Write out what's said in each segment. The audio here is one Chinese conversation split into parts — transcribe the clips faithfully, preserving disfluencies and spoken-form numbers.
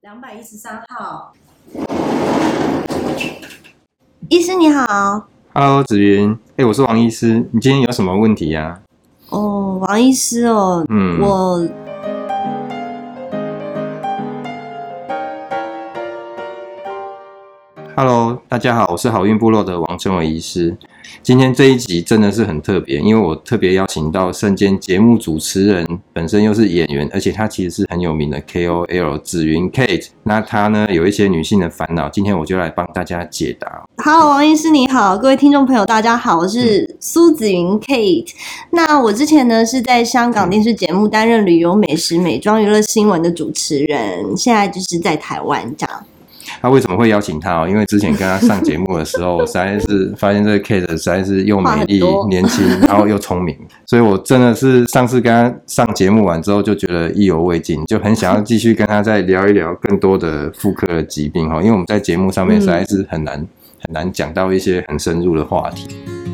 两百一十三号，医师你好。 Hello， 子云，哎、欸，我是王医师，你今天有什么问题呀、 啊？哦，王医师哦，嗯，我。 Hello， 大家好，我是好运部落的王成伟医师。今天这一集真的是很特别，因为我特别邀请到身兼节目主持人，本身又是演员，而且他其实是很有名的 K O L 紫云 Kate。那他呢有一些女性的烦恼，今天我就来帮大家解答。 好，王医师你好，各位听众朋友大家好，我是苏紫云 Kate。那我之前呢是在香港电视节目担任旅游、美食、美妆、娱乐新闻的主持人，现在就是在台湾这样。 他为什么会邀请他哦？因为之前跟他上节目的时候，我实在是发现这个 Kate 实在是又美丽、年轻，然后又聪明，所以我真的是上次跟他上节目完之后，就觉得意犹未尽，就很想要继续跟他再聊一聊更多的妇科的疾病哈。因为我们在节目上面实在是很难、嗯、很难讲到一些很深入的话题。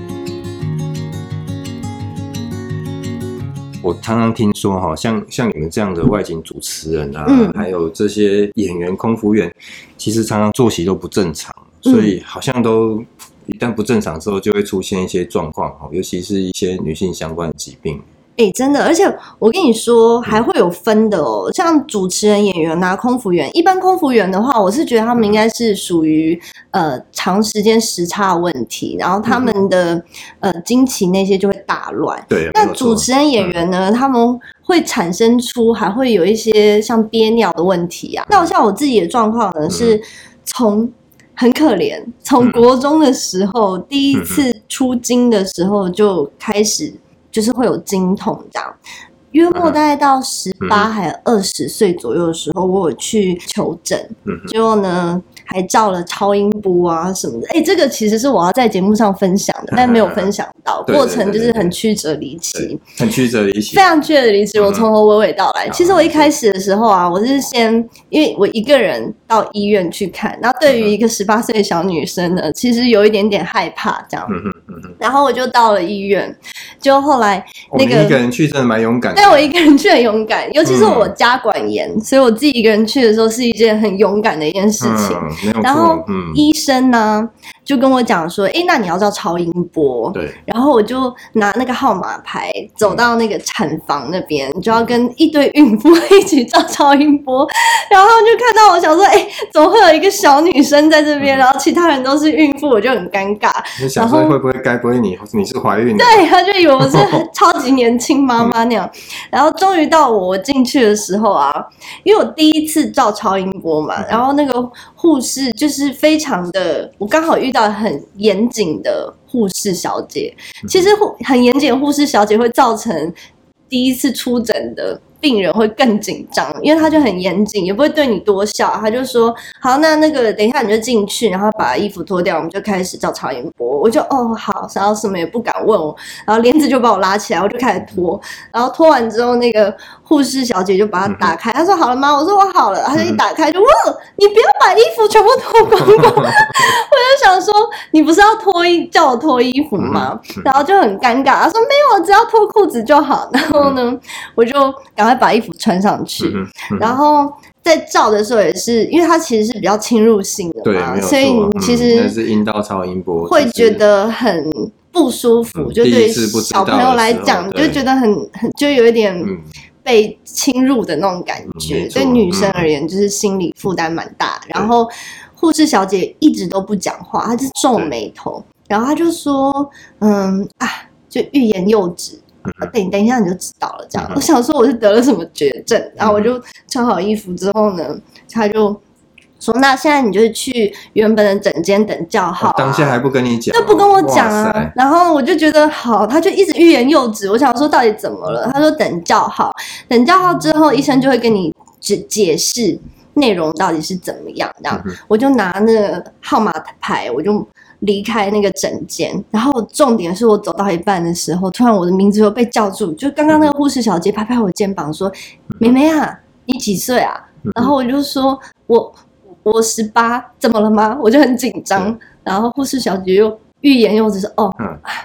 我常常听说哈，像像你们这样的外景主持人啊，嗯、还有这些演员、空服员，其实常常作息都不正常，所以好像都一旦不正常之后，就会出现一些状况，尤其是一些女性相关的疾病。 哎、欸，真的，而且我跟你说，还会有分的哦。像主持人、演员啊，空服员，一般空服员的话，我是觉得他们应该是属于呃长时间时差的问题，然后他们的、嗯、呃经期那些就会大乱。 对。 那主持人、演员呢，嗯、他们会产生出还会有一些像憋尿的问题啊。那我像我自己的状况呢，嗯、是从很可怜，从国中的时候、嗯、第一次出经的时候就开始。就是会有经痛这样，约莫大概到十八还二十岁左右的时候，我有去求诊，结果呢还照了超音波啊什么的。哎、欸，这个其实是我要在节目上分享的，但没有分享到，过程就是很曲折离奇， 很曲折离奇， 非常曲折离奇。我从头娓娓道来。其实我一开始的时候啊，我是先因为我一个人到医院去看，然后对于一个十八岁的小女生呢，其实有一点点害怕这样。然后我就到了医院，就后来那个、 哦、你一个人去真的蛮勇敢的。 对，我一个人去很勇敢，尤其是我家管严、嗯，所以我自己一个人去的时候是一件很勇敢的一件事情。 嗯、 然后、嗯、医生呢就跟我讲说，哎，那你要照超音波。 对。 然后我就拿那个号码牌走到那个产房那边，嗯、就要跟一堆孕妇一起照超音波，然后就看到我想说，哎，怎么会有一个小女生在这边，嗯、然后其他人都是孕妇，我就很尴尬。 你想说会不会该不会你你是怀孕的？ 对，他就以为我是超级年轻妈妈那样。嗯、然后终于到我进去的时候啊，因为我第一次照超音波嘛，嗯、然后那个护士就是非常的，我刚好遇到很严谨的护士小姐。嗯、其实很严谨的护士小姐会造成第一次出诊的病人会更紧张，因为他就很严谨，也不会对你多笑，他就说好，那那个等一下你就进去，然后把衣服脱掉，我们就开始照超音波。我就哦好，然后什么也不敢问我，然后帘子就把我拉起来，我就开始脱，然后脱完之后，那个护士小姐就把它打开，她说好了吗？我说我好了，她就一打开就哇，你不要把衣服全部脱光光，我就想说你不是要脱衣叫我脱衣服吗？然后就很尴尬，她说没有，只要脱裤子就好。然后呢，我就赶快把衣服穿上去，嗯嗯、然后在照的时候也是，因为它其实是比较侵入性的嘛，所以你其实、 嗯、那是阴道超音波， 会觉得很不舒服，嗯、就对小朋友来讲就觉得很很就有一点被侵入的那种感觉，嗯、对女生而言就是心理负担蛮大。嗯、然后护士小姐一直都不讲话，她就皱眉头，然后她就说：“嗯啊，就欲言又止。”等等一下你就知道了，这样。嗯、我想说我是得了什么绝症，然后我就穿好衣服之后呢，他就说：“那现在你就是去原本的诊间等叫号、啊。哦” 当下还不跟你讲， 就不跟我讲啊。然后我就觉得好，他就一直欲言又止。我想说到底怎么了？他说等叫号，等叫号之后，医生就会跟你解解释内容到底是怎么样。这样，嗯、我就拿那个号码牌，我就。离开那个诊间，然后重点是我走到一半的时候，突然我的名字又被叫住，就刚刚那个护士小姐拍拍我肩膀说：“妹妹啊，你几岁啊？”然后我就说：“我我十八，怎么了吗？”我就很紧张，然后护士小姐又欲言又止说：“哦，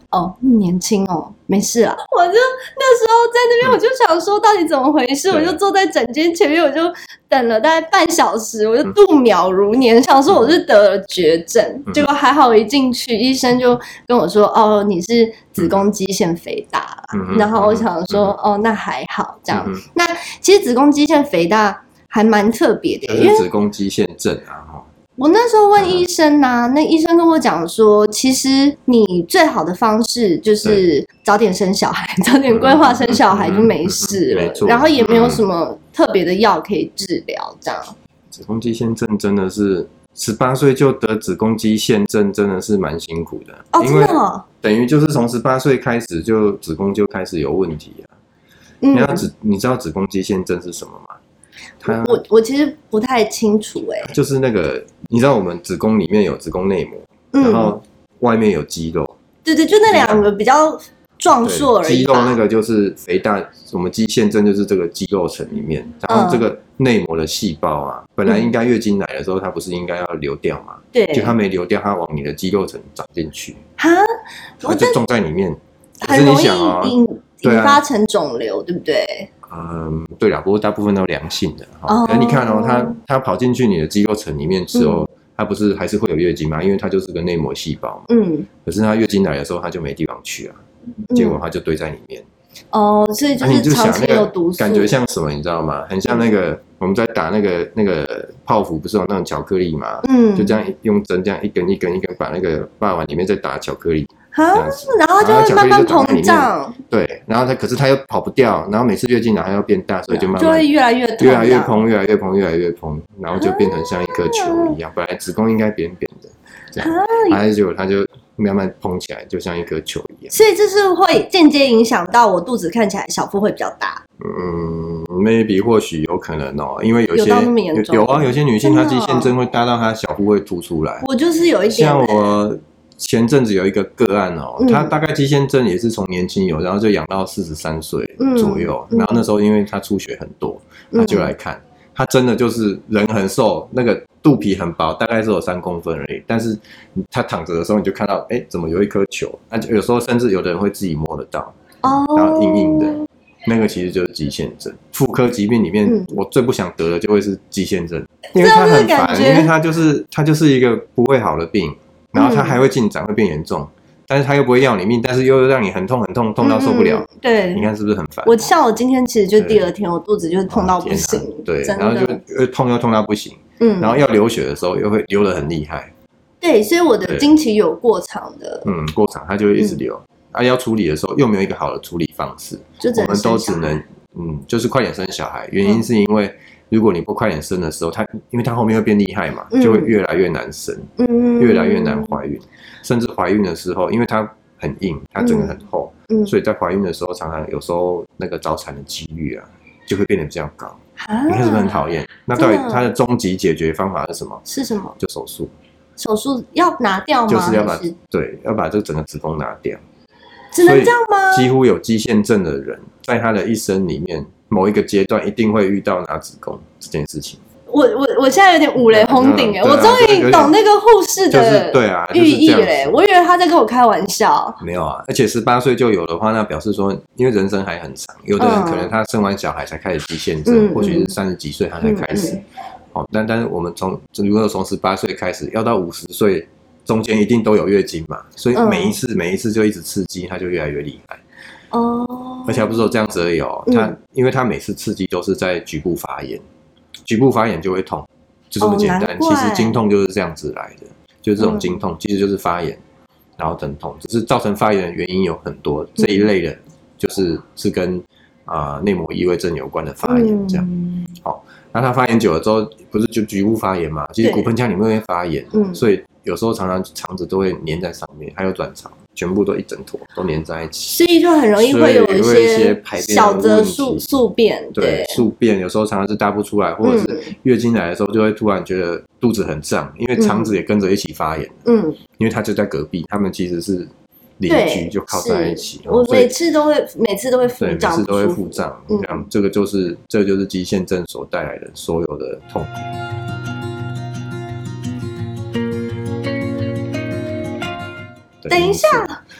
哦，年轻哦，没事啦。我就那时候在那边，我就想说到底怎么回事，嗯、我就坐在诊间前面，我就等了大概半小时，我就度秒如年，嗯、想说我是得了绝症，嗯、结果还好一进去，医生就跟我说，哦，你是子宫肌腺肥大啦。嗯、然后我想说，嗯、哦，那还好这样。嗯、那其实子宫肌腺肥大还蛮特别的， 因为子宫肌腺症啊。 我那时候问医生啊，那医生跟我讲说，其实你最好的方式就是早点生小孩，早点规划生小孩就没事了，然后也没有什么特别的药可以治疗，这样。 子宫肌腺症真的是十八岁就得子宫肌腺症，真的是蛮辛苦的。 哦，真的哦。 等于就是从十八岁开始就子宫就开始有问题啊。嗯、你要子，你知道子宫肌腺症是什么吗？ 我我其实不太清楚哎、欸， 就是那个你知道我们子宫里面有子宫内膜，嗯、然后外面有肌肉， 对对，就那两个比较壮硕而已。 肌肉那个就是肥大，我们肌腺症就是这个肌肉层里面，然后这个内膜的细胞啊，嗯、本来应该月经来的时候它不是应该要流掉吗？对，就它没流掉，它往你的肌肉层长进去，哈，它就种在里面， 很容易引引发成肿瘤，对不对？ 嗯，对啦，不过大部分都良性的。哦，可是你看哦，它它跑进去你的肌肉层里面之后，嗯、它不是还是会有月经嘛？因为它就是个内膜细胞嘛。嗯。可是它月经来的时候，它就没地方去啊，嗯、结果它就堆在里面。 哦，所以就是长期有毒素。 感觉像什么，你知道吗？很像那个、嗯、我们在打那个那个泡芙，不是有那种巧克力嘛？嗯。就这样用针这样一根一根一根把那个霸王里面再打巧克力。 啊，然后就会慢慢膨胀， 对，然后它可是它又跑不掉，然后每次月经来它又变大，所以就慢慢就会越来越越来越膨，越来越膨，越来越膨，然后就变成像一颗球一样。本来子宫应该扁扁的，这样，然后结果它就慢慢膨起来，就像一颗球一样。 所以这是会间接影响到我肚子看起来小腹会比较大。 嗯 ，maybe 或许有可能哦，因为有些有到那么严重， 有啊，有些女性她肌腺症会大到她小腹会凸出来。 我就是有一点， 像我。前阵子有一个个案哦，他大概肌腺症也是从年轻有，然后就养到四十三岁左右，嗯嗯、然后那时候因为他出血很多，他就来看，嗯、他真的就是人很瘦，那个肚皮很薄，大概是有三公分而已，但是他躺着的时候你就看到，哎，怎么有一颗球？那有时候甚至有的人会自己摸得到，哦、然后硬硬的，那个其实就是肌腺症。妇科疾病里面，嗯、我最不想得的就会是肌腺症，因为它很烦，因为它就是它就是一个不会好的病。然后它还会进展，会变严重，但是它又不会要你命，但是又让你很痛很痛，痛到受不了。嗯、对，你看是不是很烦？ 我像我今天其实就第二天，我肚子就痛到不行， 哦、对，然后就又痛又痛到不行，嗯，然后要流血的时候又会流得很厉害。 对，所以我的经期有过长的， 嗯，过长它就会一直流。嗯、啊，要处理的时候又没有一个好的处理方式， 就我们都只能嗯，就是快点生小孩。原因是因为。如果你不快点生的时候，它因为它后面会变厉害嘛，就会越来越难生，嗯、越来越难怀孕，甚至怀孕的时候，因为它很硬，它整个很厚，嗯、所以在怀孕的时候，常常有时候那个早产的几率啊，就会变得比较高。啊、你看是不是很讨厌？那到底它的终极解决方法是什么？ 是什么？ 就手术。 手术要拿掉吗？ 就是要把对，要把这整个子宫拿掉。 只能这样吗？ 几乎有肌腺症的人，在他的一生里面。某一个阶段一定会遇到拿子宫这件事情。 我我我现在有点五雷轰顶哎，我终于懂那个护士的寓意嘞、就是，我以为他在跟我开玩笑。 没有啊，而且十八岁就有的话，那表示说，因为人生还很长，有的人可能他生完小孩才开始肌腺症，嗯、或许是三十几岁他才开始。嗯嗯哦、但但是我们从如果从十八岁开始，要到五十岁中间一定都有月经嘛，所以每一次、嗯、每一次就一直刺激，它就越来越厉害。哦，而且还不是说这样子而已哦，它、嗯、因为它每次刺激都是在局部发炎，局部发炎就会痛，就这么简单。哦、其实经痛就是这样子来的，就是这种经痛、嗯、其实就是发炎，然后疼痛，只是造成发炎的原因有很多，嗯、这一类的就是是跟啊、呃、内膜异位症有关的发炎这样。嗯、好，那它发炎久了之后，不是就局部发炎嘛？其实骨盆腔里面会发炎，嗯、所以有时候常常肠子都会粘在上面，还有卵巢。全部都一整坨都粘在一起， 所以就很容易会有一些小则宿宿便， 对，宿便有时候常常是大不出来，或者是月经来的时候就会突然觉得肚子很胀，因为肠子也跟着一起发炎，嗯，因为它就在隔壁，他们其实是邻居，就靠在一起。 我每次都会每次都会腹胀， 每次都会腹胀，这样这个就是这个就是肌腺症所带来的所有的痛苦。 等一下，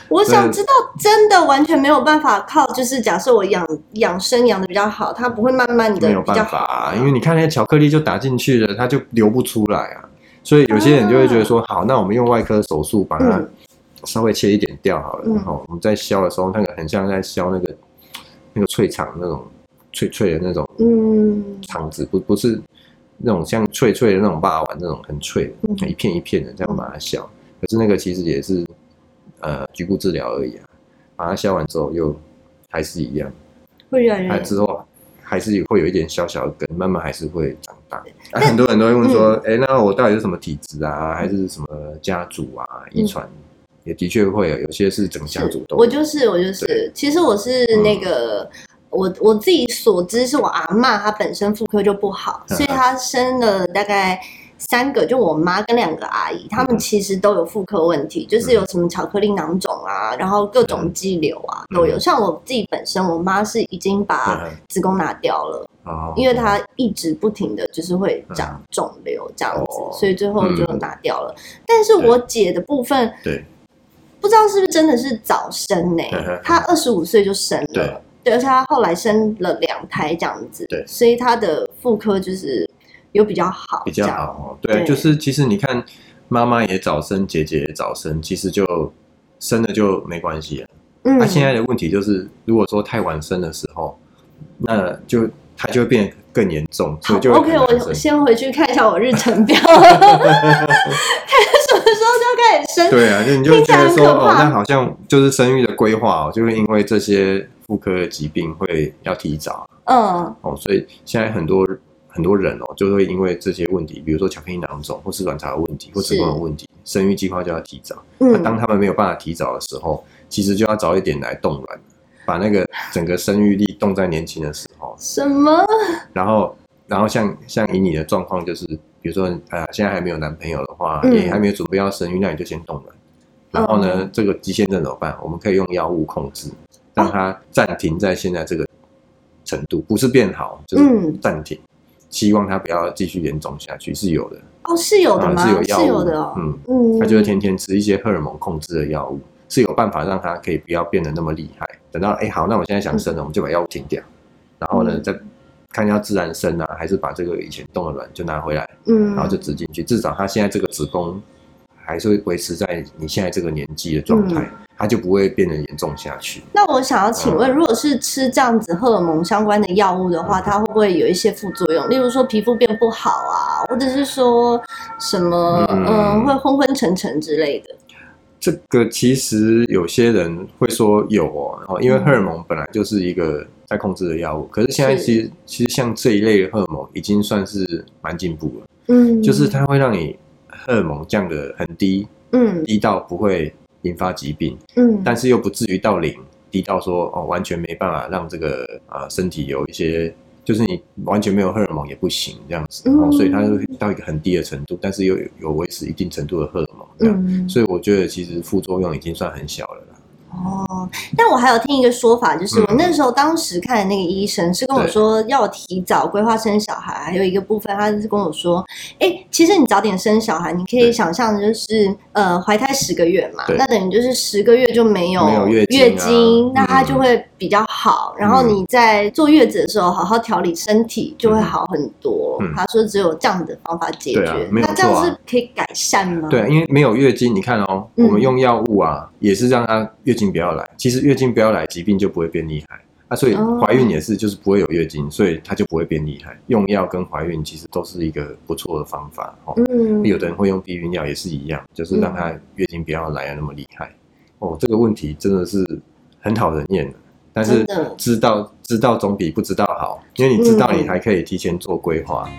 我想知道，真的完全没有办法靠，就是假设我养养生养的比较好，它不会慢慢的没有办法啊，因为你看那些巧克力就打进去了，它就流不出来啊。所以有些人就会觉得说，好，那我们用外科手术把它稍微切一点掉好了，然后我们在削的时候，那个很像在削那个那个脆肠那种脆脆的那种肠子，不不是那种像脆脆的那种肉丸那种很脆的，一片一片的这样把它削。可是那个其实也是呃局部治疗而已啊，把它削完之后又还是一样， 会越来越之后还是会有一点小小的根，慢慢还是会长大。啊、很多人都会问说，哎、嗯欸，那我到底是什么体质啊，还是什么家族啊，遗传？嗯，也的确会有，有些是整个家族都有。 我就是我就是，其实我是那个、嗯、我我自己所知是我阿嬷她本身妇科就不好，所以她生了大概三个，就我妈跟两个阿姨，她们其实都有妇科问题，嗯、就是有什么巧克力囊肿啊，然后各种肌瘤啊、嗯、都有。像我自己本身，我妈是已经把子宫拿掉了。嗯，因为它一直不停的就是会长肿瘤这样子，嗯、所以最后就拿掉了。嗯、但是我姐的部分， 对， 不知道是不是真的是早生呢、欸？她二十五岁就生了，对，对，而且她后来生了两胎这样子，对，所以她的妇科就是有比较好， 比较好，对，对，就是其实你看，妈妈也早生，姐姐也早生，其实就生了就没关系了。嗯，那、啊、现在的问题就是，如果说太晚生的时候，那就它就会变得更严重，所以就 OK， 我先回去看一下我日程表，看什么时候就开始生。 对啊，就你就觉得说，哦，那好像就是生育的规划哦，就会因为这些妇科的疾病会要提早。嗯，哦，所以现在很多很多人哦，就会因为这些问题，比如说巧克力囊肿，或是卵巢的问题，或子宫的问题，生育计划就要提早。嗯，那当他们没有办法提早的时候，其实就要早一点来冻卵。把那个整个生育力冻在年轻的时候。 什么？ 然后，然后像像以你的状况，就是比如说，呃，现在还没有男朋友的话，嗯、也还没有准备要生育，那你就先冻卵。然后呢，嗯、这个肌腺症怎么办？我们可以用药物控制，让它暂停在现在这个程度，不是变好，就是暂停。嗯、希望它不要继续严重下去，是有的。 哦，是有的吗？ 是有药物， 是有的哦。 嗯嗯，他就会天天吃一些荷尔蒙控制的药物。是有办法让它可以不要变得那么厉害。等到哎好，那我现在想生了，嗯、我们就把药物停掉，然后呢，嗯、再看要自然生啊，还是把这个以前冻的卵就拿回来，嗯，然后就植进去。至少它现在这个子宫还是会维持在你现在这个年纪的状态，嗯、它就不会变得严重下去。 那我想要请问，嗯、如果是吃这样子荷尔蒙相关的药物的话，嗯、它会不会有一些副作用？例如说皮肤变不好啊，或者是说什么嗯、呃、会昏昏沉沉之类的？ 这个其实有些人会说有哦，因为荷尔蒙本来就是一个在控制的药物，可是现在其实其实像这一类的荷尔蒙已经算是蛮进步了，嗯，就是它会让你荷尔蒙降得很低，嗯，低到不会引发疾病，嗯，但是又不至于到零，低到说哦完全没办法让这个呃身体有一些。就是你完全没有荷尔蒙也不行这样子，嗯哦、所以它会到一个很低的程度，但是又有有维持一定程度的荷尔蒙这样，嗯、所以我觉得其实副作用已经算很小了啦。 哦，但我还有听一个说法，就是我那时候当时看的那个医生是跟我说要我提早规划生小孩，还有一个部分他是跟我说，哎，其实你早点生小孩，你可以想象就是呃怀胎十个月嘛，那等于就是十个月就没有没有月经、啊、 月经，那它就会比较好，嗯、然后你在坐月子的时候好好调理身体就会好很多。嗯、他说只有这样的方法解决，啊啊、那这样是可以改善吗？ 对，因为没有月经，你看哦，嗯、我们用药物啊，也是让它月经不要来。其实月经不要来，疾病就不会变厉害啊。所以怀孕也是，就是不会有月经，所以它就不会变厉害。用药跟怀孕其实都是一个不错的方法哦。嗯，有的人会用避孕药也是一样，就是让它月经不要来的那么厉害。哦，这个问题真的是很讨人厌的。但是知道知道总比不知道好，因为你知道，你还可以提前做规划。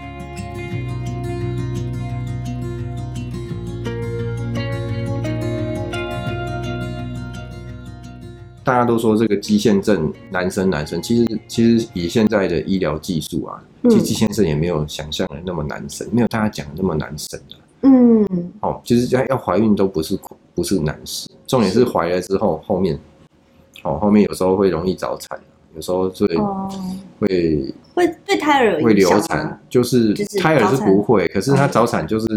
大家都说这个肌腺症难生难生，其实其实以现在的医疗技术啊，其实肌腺症也没有想象的那么难生，没有大家讲的那么难生的、啊。嗯，哦，其实要怀孕都不是不是难事，重点是怀了之后后面，哦后面有时候会容易早产，有时候会、哦、会会对胎儿有影响吗？ 会流产，就是胎儿是不会，可是他早产就是。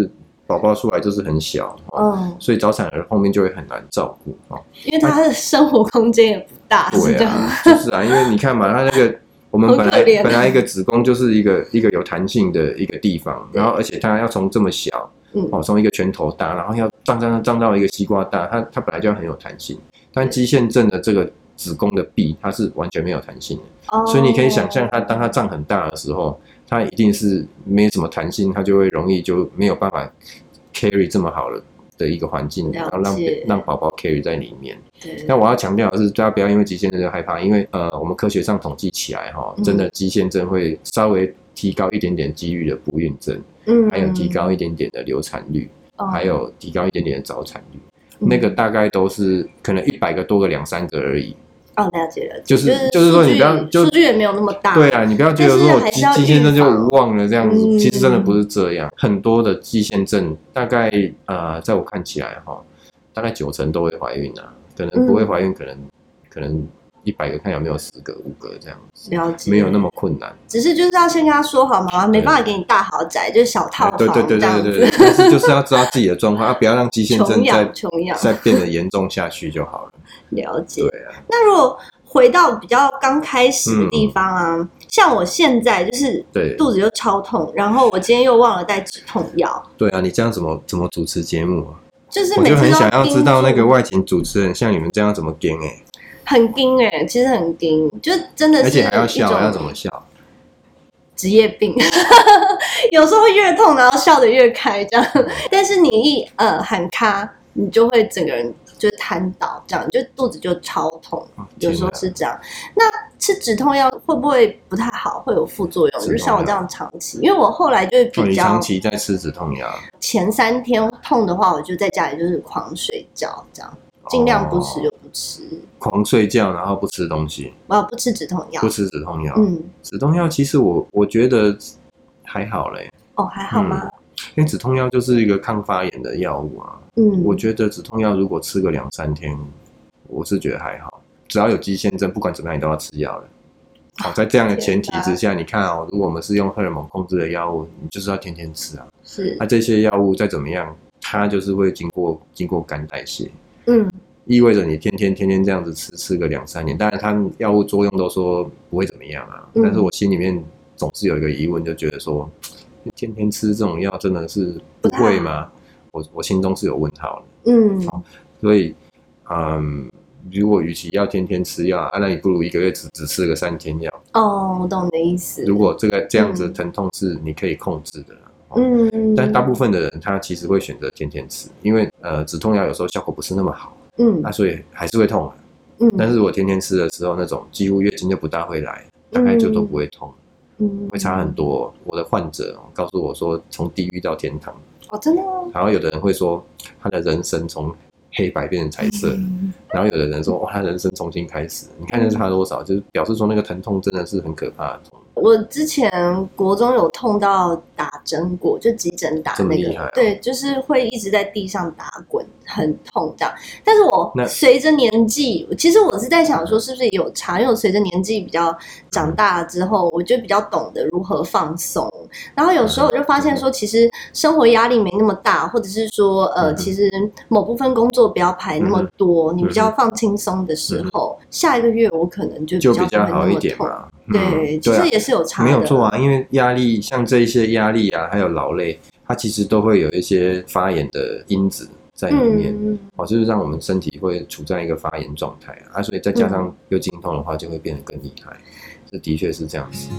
宝宝出来就是很小， 嗯， 所以早产儿后面就会很难照顾哦， 因为他的生活空间也不大， 对啊，就是啊，因为你看嘛，他那个我们本来本来一个子宫就是一个一个有弹性的一个地方，然后而且它要从这么小， 嗯， 哦，从一个拳头大，然后要胀胀胀到一个西瓜大，它它本来就要很有弹性，但肌腺症的这个子宫的壁它是完全没有弹性的，哦，所以你可以想象它当它胀很大的时候，它一定是没什么弹性，它就会容易就没有办法 carry 这么好的的一个环境，然后让让宝宝 carry 在里面。那我要强调的是，大家不要因为肌腺症就害怕，因为呃，我们科学上统计起来哈，真的肌腺症会稍微提高一点点几率的不孕症，嗯，还有提高一点点的流产率，嗯，还有提高一点点的早产率，嗯，那个大概都是可能一百个多个两三个而已。 哦，了解了解， 就是就是说你不要就数据也没有那么大， 对啊，你不要觉得说我肌肌腺症就无望了这样子，嗯，其实真的不是这样，很多的肌腺症大概呃，在我看起来哈，大概九成都会怀孕啊，可能不会怀孕，可能，嗯，可能一百个看有没有十个五个这样子， 了解， 没有那么困难， 只是就是要先跟他说好，妈妈没办法给你大豪宅，就是小套房这样子， 对对对对对对，但是就是要知道自己的状况，啊，不要让肌腺症再再变得严重下去就好了。 了解，对啊。那如果回到比较刚开始的地方啊，嗯，像我现在就是肚子就超痛，然后我今天又忘了带止痛药。 对啊，你这样怎么怎么主持节目啊？ 就是每次都我就很想要知道那个外景主持人像你们这样怎么跟哎，欸， 很跟哎，欸，其实很跟，就真的是， 而且还要笑，要怎么笑？ 职业病，有时候会越痛，然后笑得越开这样。但是你一呃喊卡，你就会整个人就是瘫倒，这样就肚子就超痛，有时候是这样。那吃止痛药会不会不太好？会有副作用？就像我这样长期，因为我后来就是比较，哦， 你长期在吃止痛药， 前三天痛的话，我就在家里就是狂睡觉，这样尽量不吃就不吃。 狂睡觉，然后不吃东西， 啊，不吃止痛药， 不吃止痛药。 嗯， 止痛药其实我我觉得还好嘞。 哦，还好吗？嗯， 因为止痛药就是一个抗发炎的药物啊。嗯，我觉得止痛药如果吃个两三天，我是觉得还好。只要有肌腺症，不管怎么样，你都要吃药了。好，在这样的前提之下，你看哦，如果我们是用荷尔蒙控制的药物，你就是要天天吃啊。是。那，啊，这些药物再怎么样，它就是会经过经过肝代谢。嗯。意味着你天天天天这样子吃吃个两三年，当然它药物作用都说不会怎么样啊，嗯，但是我心里面总是有一个疑问，就觉得说天天吃这种药真的是不会吗？我我心中是有问号的，嗯，所以嗯，如果与其要天天吃药，啊，那你不如一个月只只吃个三天药。 哦，我懂你的意思。如果这个这样子的疼痛是你可以控制的，嗯，哦，但大部分的人他其实会选择天天吃，因为呃止痛药有时候效果不是那么好。嗯，啊，所以还是会痛，嗯，但是我天天吃的时候，那种几乎月经就不大会来，大概就都不会痛，嗯，会差很多。我的患者告诉我说，从地狱到天堂， 哦，真的吗？ 然后有的人会说，他的人生从黑白变成彩色，嗯，然后有的人说，哇，他人生重新开始。你看这差多少？就是表示说那个疼痛真的是很可怕的痛。 我之前国中有痛到打针过，就急诊打那个，啊，对，就是会一直在地上打滚，很痛这样。但是我随着年纪，其实我是在想说，是不是有差？因为我随着年纪比较长大之后，我就比较懂得如何放松。然后有时候我就发现说，其实生活压力没那么大，或者是说，呃，其实某部分工作不要排那么多，你比较放轻松的时候，下一个月我可能就比较就比较好一点嘛。 对，其实也是有差的， 没有错啊。因为压力，像这一些压力啊，还有劳累，它其实都会有一些发炎的因子在里面，嗯，哦，就是让我们身体会处在一个发炎状态啊，所以再加上有经痛的话，就会变得更厉害。这的确是这样子。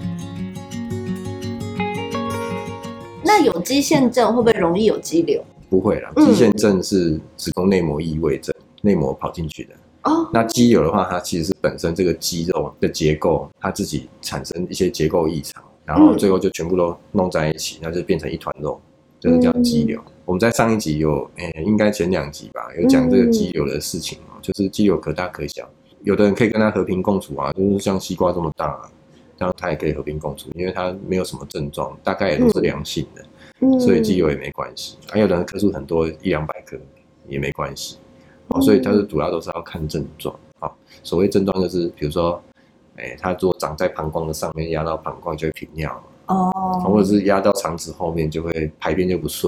那有肌腺症会不会容易有肌瘤？ 不会啦，肌腺症是子宫内膜异位症，内膜跑进去的。哦，那肌瘤的话，它其实是本身这个肌肉的结构，它自己产生一些结构异常，然后最后就全部都弄在一起，那就变成一团肉，就是叫肌瘤。嗯，我们在上一集有，诶，应该前两集吧，有讲这个肌瘤的事情，嗯，就是肌瘤可大可小，有的人可以跟它和平共处啊，就是像西瓜这么大，啊，这样它也可以和平共处，因为它没有什么症状，大概也都是良性的，嗯，所以肌瘤也没关系。还有的人颗数很多，一两百颗也没关系。哦，所以它是主要都是要看症状。好，哦，所谓症状就是，比如说，哎，它如果长在膀胱的上面，压到膀胱就会频尿，哦，或者是压到肠子后面就会排便就不顺了，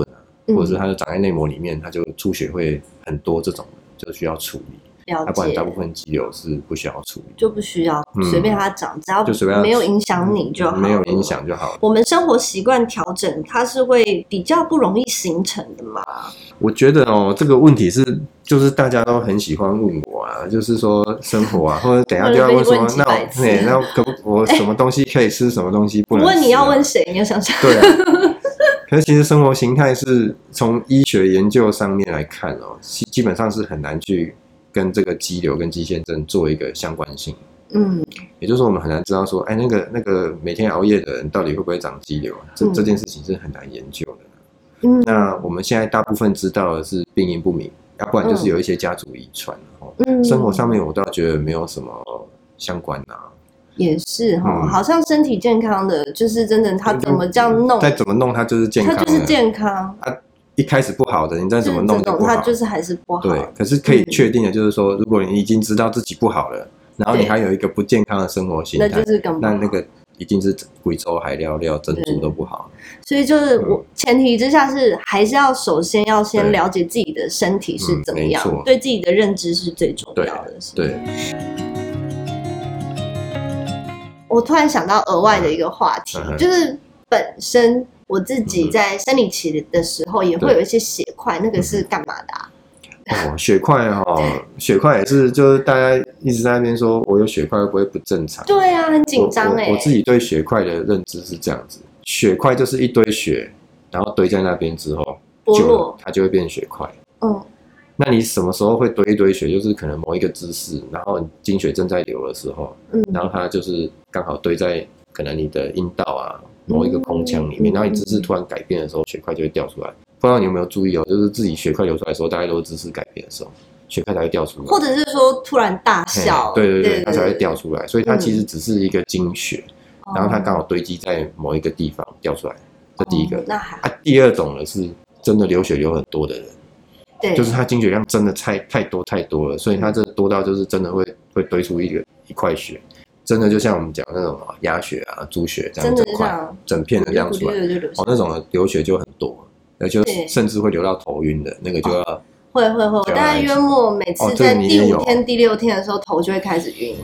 或者是它就长在内膜里面，它就出血会很多，这种就需要处理。 了解， 要不然大部分肌瘤是不需要处理， 就不需要随便它长，只要就随便没有影响你就好， 没有影响就好。 我们生活习惯调整，它是会比较不容易形成的嘛？ 我觉得哦，这个问题是就是大家都很喜欢问我啊，就是说生活啊，或者等一下就要问说，那那那可不我什么东西可以吃，什么东西不能吃、啊？ 问你要问谁？你要想想。 对啊。可是其实生活形态是从医学研究上面来看哦，基本上是很难去跟这个肌瘤跟肌腺症做一个相关性。嗯，也就是说我们很难知道说，哎，那个那个每天熬夜的人到底会不会长肌瘤？这、嗯、这件事情是很难研究的。嗯，那我们现在大部分知道的是病因不明，要不然就是有一些家族遗传。嗯，生活上面我倒觉得没有什么相关啊。 也是哈、嗯，好像身体健康的，就是真的，他怎么这样弄， 再怎么弄，他就是健康的， 他就是健康。 啊，一开始不好的，你再怎么弄就不好， 他就是还是不好。 对，可是可以确定的就是说，嗯、如果你已经知道自己不好了，然后你还有一个不健康的生活形态， 那就是更不好。 那那个已经是贵州海料料珍珠都不好。 所以就是我、嗯、前提之下是还是要首先要先了解自己的身体是怎么样，嗯、对自己的认知是最重要的。 对。对我突然想到额外的一个话题，嗯、就是本身我自己在生理期的时候也会有一些血块，那个是干嘛的啊？ 哦，血块哦，血块也是，就是大家一直在那边说我有血块会不会不正常？ 对啊，很紧张哎。 我自己对血块的认知是这样子，血块就是一堆血，然后堆在那边之后， 剥落， 它就会变血块。嗯。那你什么时候会堆一堆血？就是可能某一个姿势，然后经血正在流的时候，嗯，然后它就是刚好堆在可能你的阴道啊某一个空腔里面，嗯、然后你姿势突然改变的时候，血块就会掉出来。不知道你有没有注意哦？就是自己血块流出来的时候，大概都是姿势改变的时候，血块才会掉出来， 或者是说突然大笑， 对对 对, 對，它才会掉出来。所以它其实只是一个经血，嗯、然后它刚好堆积在某一个地方掉出来。这第一个。哦、那还、啊、第二种呢是真的流血流很多的人。就是它经血量真的太太多太多了，所以它这多到就是真的会会堆出一个一块血，真的就像我们讲那种鸭血啊、猪血这样整块整片的这样出来，哦，那种的流血就很多，而且甚至会流到头晕的那个就要、哦、 会会会，大概约莫每次在第五天、哦、第六天的时候头就会开始晕。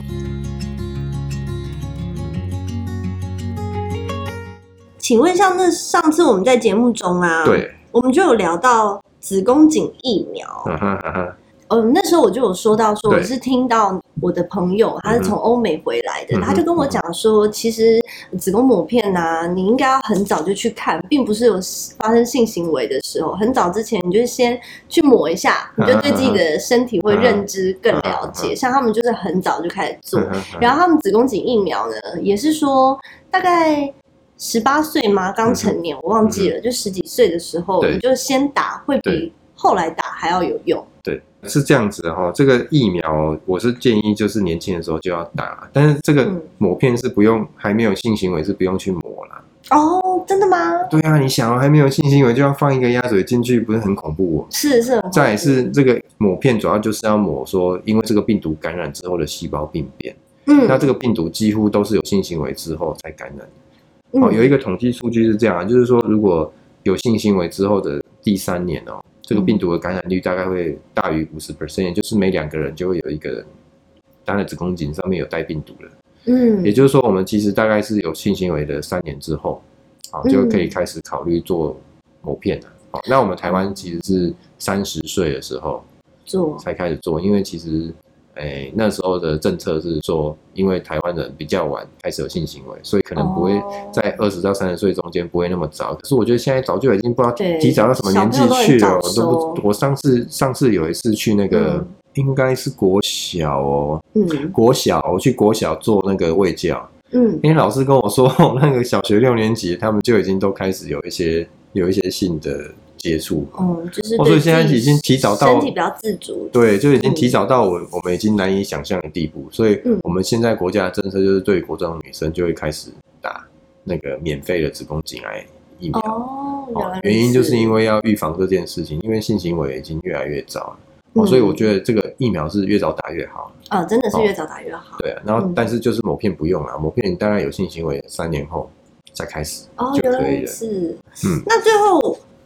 请问像那上次我们在节目中啊， 对， 我们就有聊到子宫颈疫苗，嗯哼嗯哼，呃，那时候我就有说到说，我是听到我的朋友他是从欧美回来的，嗯、他就跟我讲说，其实子宫抹片啊，你应该要很早就去看，并不是有发生性行为的时候，很早之前你就先去抹一下，你就对自己的身体会认知更了解。像他们就是很早就开始做，然后他们子宫颈疫苗呢，也是说大概十八岁吗？刚成年，我忘记了，就十几岁的时候，你就先打，会比后来打还要有用。 对，是这样子的哈。这个疫苗，我是建议就是年轻的时候就要打，但是这个抹片是不用，还没有性行为是不用去抹啦。 哦，真的吗？ 对啊，你想还没有性行为就要放一个鸭嘴进去，不是很恐怖哦？ 是是。 再来是这个抹片，主要就是要抹说，因为这个病毒感染之后的细胞病变，嗯，那这个病毒几乎都是有性行为之后才感染。哦，有一个统计数据是这样，就是说如果有性行为之后的第三年哦，这个病毒的感染率大概会大于 百分之五十， 也就是每两个人就会有一个人他的子宫颈上面有带病毒了。嗯，也就是说我们其实大概是有性行为的三年之后，好就可以开始考虑做抹片了。好，那我们台湾其实是三十岁的时候做才开始做，因为其实诶，那时候的政策是说，因为台湾人比较晚开始有性行为，所以可能不会在二十到三十岁中间不会那么早。可是我觉得现在早就已经不知道提早到什么年纪去了。我都不，我上次上次有一次去那个、嗯、应该是国小哦，嗯，国小我去国小做那个卫教，嗯，因为老师跟我说，那个小学六年级他们就已经都开始有一些有一些性的接触，嗯，就是对，所以现在已经提早到身体比较自主， 对，就已经提早到我、嗯、我们已经难以想象的地步，所以我们现在国家的政策就是对国中的女生就会开始打那个免费的子宫颈癌疫苗，哦，哦原因就是因为要预防这件事情，因为性行为已经越来越早了，哦、所以我觉得这个疫苗是越早打越好， 啊、哦，真的是越早打越好， 对啊，然后但是就是抹片不用了，抹片大概有性行为三年后才开始就可以了， 哦，是，嗯，那最后。我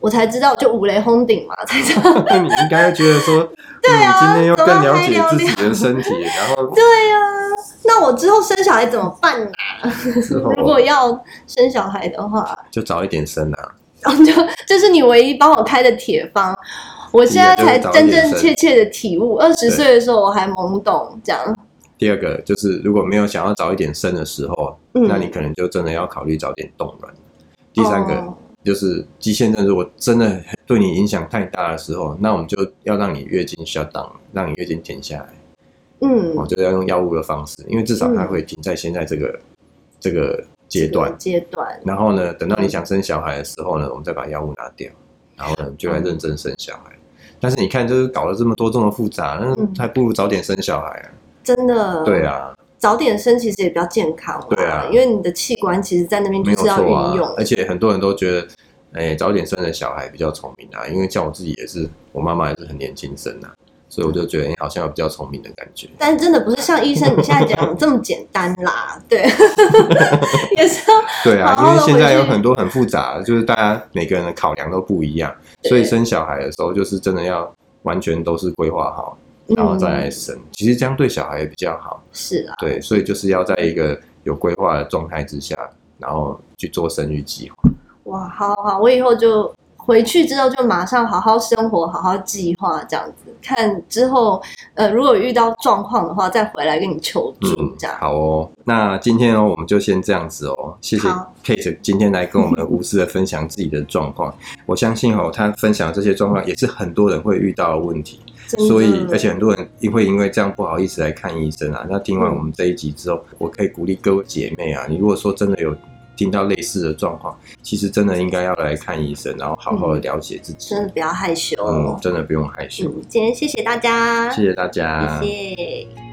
我才知道就五雷轰顶嘛，才知道。 你应该会觉得说， 对啊， 你今天又更了解自己的身体，然后对啊，那我之后生小孩怎么办呢、啊？如果要生小孩的话， 就早一点生啊。 就这是你唯一帮我开的铁方，我现在才真真切切的体悟。二十岁的时候我还懵懂，这样。 第二个就是如果没有想要早一点生的时候， 嗯、 那你可能就真的要考虑早点冻卵。第三个、哦、就是肌腺症，如果真的对你影响太大的时候，那我们就要让你月经 shut down， 让你月经停下来。嗯，我、哦、就要用药物的方式，因为至少它会停在现在这个、嗯、这个阶段阶段。 然后呢，等到你想生小孩的时候呢，我们再把药物拿掉，然后呢就来认真生小孩。嗯、但是你看，就是搞了这么多这么复杂，那还不如早点生小孩啊！ 真的。对啊。早点生其实也比较健康，对啊，因为你的器官其实在那边就是要运用、啊， 而且很多人都觉得，哎、欸，早点生的小孩比较聪明啊，因为像我自己也是，我妈妈也是很年轻生啊，所以我就觉得、欸、好像有比较聪明的感觉。 但真的不是像医生你现在讲的这么简单啦，对，也是要对啊，因为现在有很多很复杂，就是大家每个人的考量都不一样，所以生小孩的时候就是真的要完全都是规划好。然后再来生、嗯，其实这样对小孩也比较好。 是啊， 对，所以就是要在一个有规划的状态之下，然后去做生育计划。 哇，好好，我以后就回去之后就马上好好生活，好好计划这样子。看之后，呃，如果遇到状况的话，再回来跟你求助、嗯、这样。 好哦，那今天哦，我们就先这样子哦。谢谢 Kate 今天来跟我们无私的分享自己的状况。我相信哦，他分享这些状况也是很多人会遇到的问题。所以，而且很多人会因为这样不好意思来看医生啊。那听完我们这一集之后，我可以鼓励各位姐妹啊，你如果说真的有听到类似的状况，其实真的应该要来看医生，然后好好的了解自己。 嗯、真的不要害羞， 嗯，真的不用害羞。 嗯、今天谢谢大家， 谢谢大家， 谢谢。